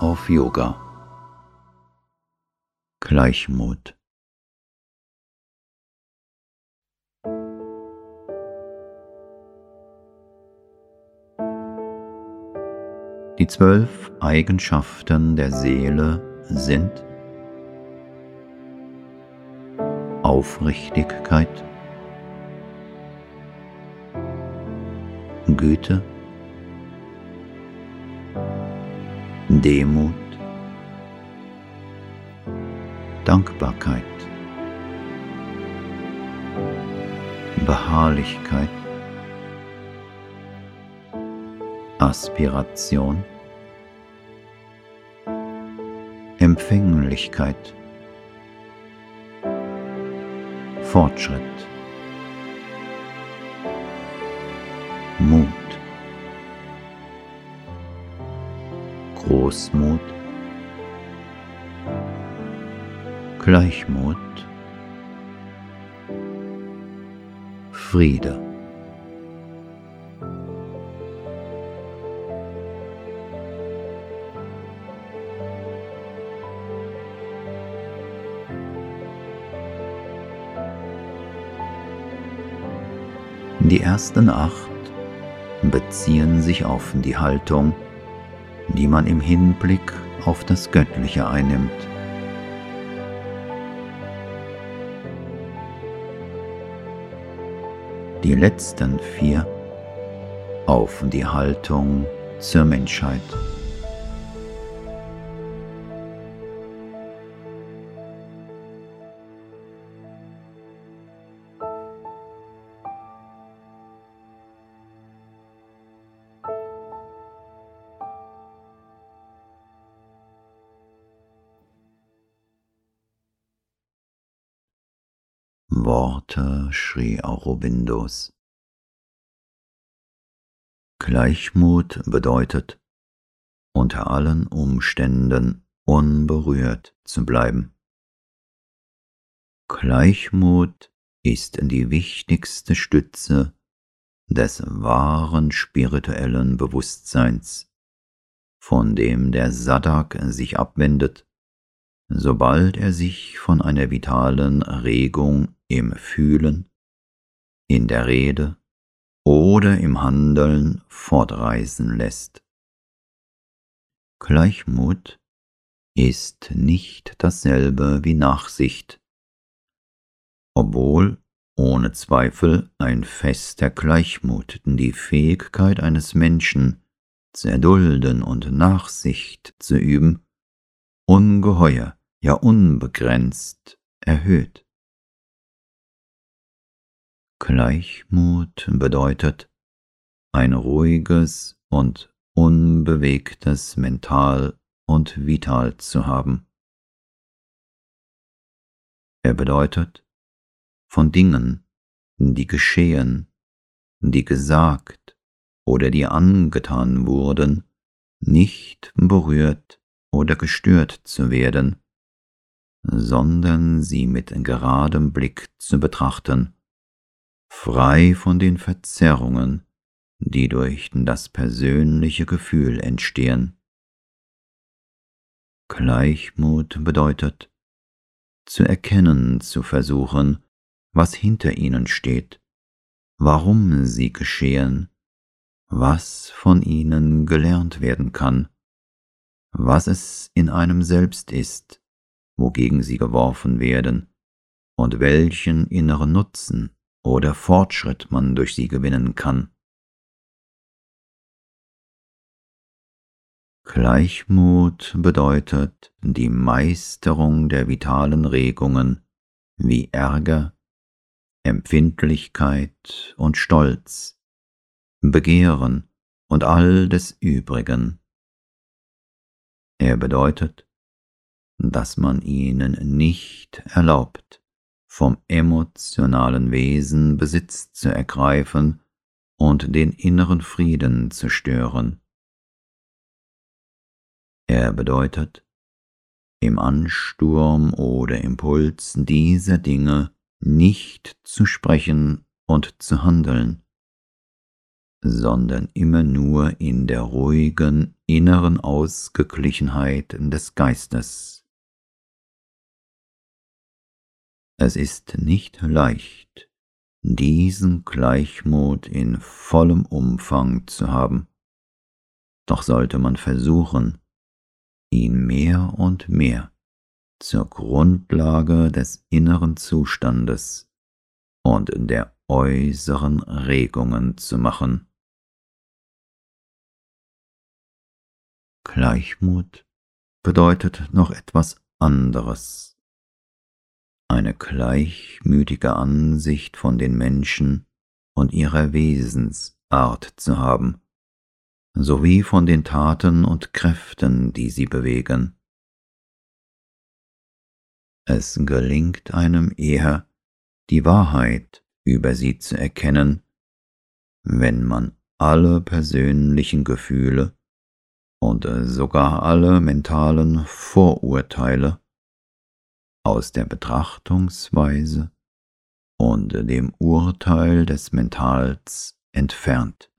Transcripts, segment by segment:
auf Yoga. Gleichmut. Die 12 Eigenschaften der Seele sind Aufrichtigkeit, Güte, Demut, Dankbarkeit, Beharrlichkeit, Aspiration, Empfänglichkeit, Fortschritt, Mut, Großmut, Gleichmut, Friede. Die ersten 8 beziehen sich auf die Haltung, die man im Hinblick auf das Göttliche einnimmt. Die letzten 4 auf die Haltung zur Menschheit. Worte Sri Aurobindos. Gleichmut bedeutet, unter allen Umständen unberührt zu bleiben. Gleichmut ist die wichtigste Stütze des wahren spirituellen Bewusstseins, von dem der Sadak sich abwendet, sobald er sich von einer vitalen Regung im Fühlen, in der Rede oder im Handeln fortreißen lässt. Gleichmut ist nicht dasselbe wie Nachsicht, obwohl ohne Zweifel ein fester Gleichmut die Fähigkeit eines Menschen zu erdulden und Nachsicht zu üben ungeheuer, ja unbegrenzt erhöht. Gleichmut bedeutet, ein ruhiges und unbewegtes Mental und Vital zu haben. Er bedeutet, von Dingen, die geschehen, die gesagt oder die angetan wurden, nicht berührt oder gestört zu werden, sondern sie mit geradem Blick zu betrachten, frei von den Verzerrungen, die durch das persönliche Gefühl entstehen. Gleichmut bedeutet, zu erkennen zu versuchen, was hinter ihnen steht, warum sie geschehen, was von ihnen gelernt werden kann, was es in einem selbst ist, wogegen sie geworfen werden und welchen inneren Nutzen oder Fortschritt man durch sie gewinnen kann. Gleichmut bedeutet die Meisterung der vitalen Regungen wie Ärger, Empfindlichkeit und Stolz, Begehren und all des Übrigen. Er bedeutet, dass man ihnen nicht erlaubt, vom emotionalen Wesen Besitz zu ergreifen und den inneren Frieden zu stören. Er bedeutet, im Ansturm oder Impuls dieser Dinge nicht zu sprechen und zu handeln, sondern immer nur in der ruhigen inneren Ausgeglichenheit des Geistes. Es ist nicht leicht, diesen Gleichmut in vollem Umfang zu haben, doch sollte man versuchen, ihn mehr und mehr zur Grundlage des inneren Zustandes und der äußeren Regungen zu machen. Gleichmut bedeutet noch etwas anderes. Eine gleichmütige Ansicht von den Menschen und ihrer Wesensart zu haben, sowie von den Taten und Kräften, die sie bewegen. Es gelingt einem eher, die Wahrheit über sie zu erkennen, wenn man alle persönlichen Gefühle und sogar alle mentalen Vorurteile aus der Betrachtungsweise und dem Urteil des Mentals entfernt.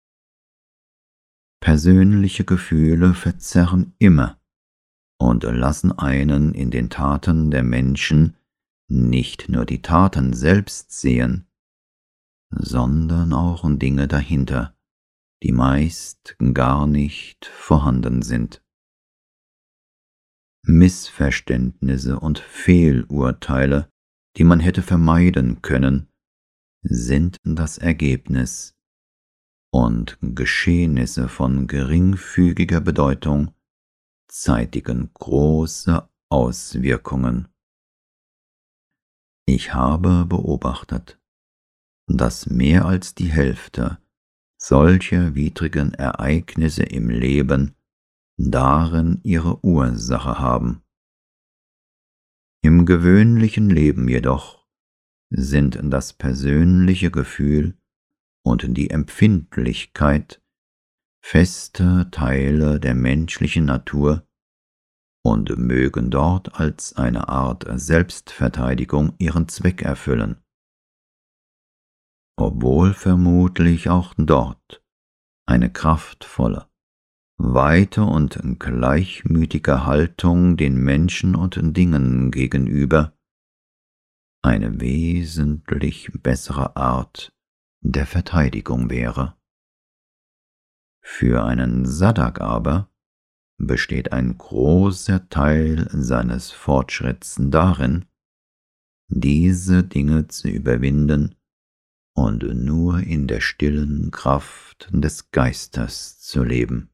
Persönliche Gefühle verzerren immer und lassen einen in den Taten der Menschen nicht nur die Taten selbst sehen, sondern auch Dinge dahinter, die meist gar nicht vorhanden sind. Missverständnisse und Fehlurteile, die man hätte vermeiden können, sind das Ergebnis, und Geschehnisse von geringfügiger Bedeutung zeitigen große Auswirkungen. Ich habe beobachtet, dass mehr als die Hälfte solcher widrigen Ereignisse im Leben darin ihre Ursache haben. Im gewöhnlichen Leben jedoch sind das persönliche Gefühl und die Empfindlichkeit feste Teile der menschlichen Natur und mögen dort als eine Art Selbstverteidigung ihren Zweck erfüllen, obwohl vermutlich auch dort eine kraftvolle, weite und gleichmütige Haltung den Menschen und Dingen gegenüber eine wesentlich bessere Art der Verteidigung wäre. Für einen Sadak aber besteht ein großer Teil seines Fortschritts darin, diese Dinge zu überwinden und nur in der stillen Kraft des Geistes zu leben.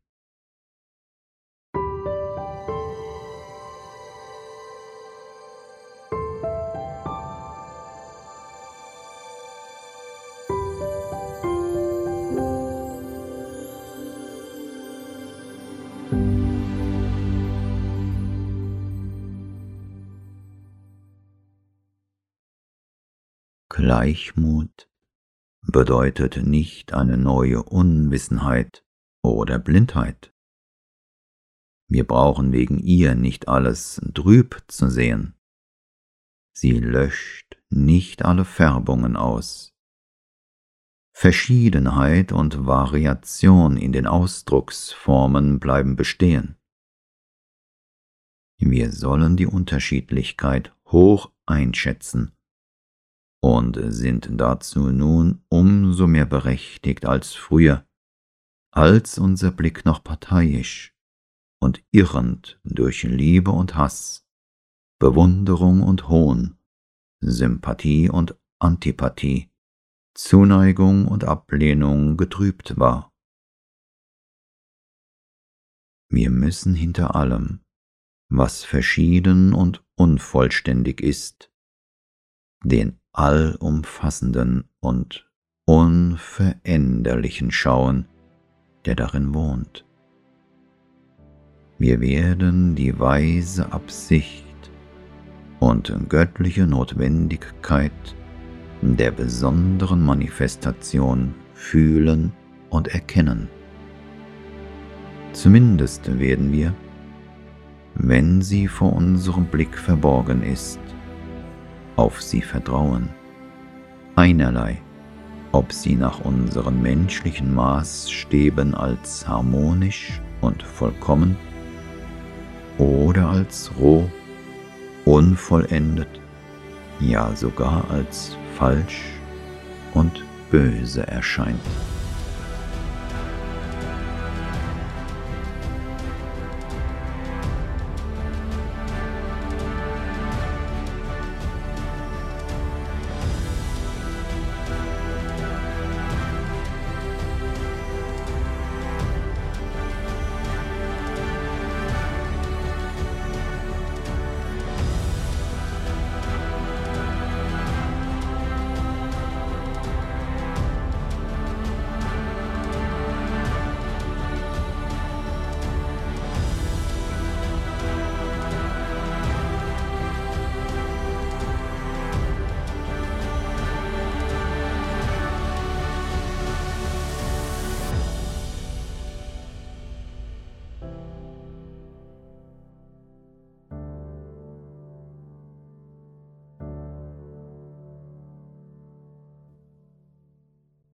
Gleichmut bedeutet nicht eine neue Unwissenheit oder Blindheit. Wir brauchen wegen ihr nicht alles trüb zu sehen. Sie löscht nicht alle Färbungen aus. Verschiedenheit und Variation in den Ausdrucksformen bleiben bestehen. Wir sollen die Unterschiedlichkeit hoch einschätzen und sind dazu nun umso mehr berechtigt als früher, als unser Blick noch parteiisch und irrend durch Liebe und Hass, Bewunderung und Hohn, Sympathie und Antipathie, Zuneigung und Ablehnung getrübt war. Wir müssen hinter allem, was verschieden und unvollständig ist, den allumfassenden und unveränderlichen schauen, der darin wohnt. Wir werden die weise Absicht und göttliche Notwendigkeit der besonderen Manifestation fühlen und erkennen. Zumindest werden wir, wenn sie vor unserem Blick verborgen ist, auf sie vertrauen, einerlei, ob sie nach unseren menschlichen Maßstäben als harmonisch und vollkommen oder als roh, unvollendet, ja sogar als falsch und böse erscheint.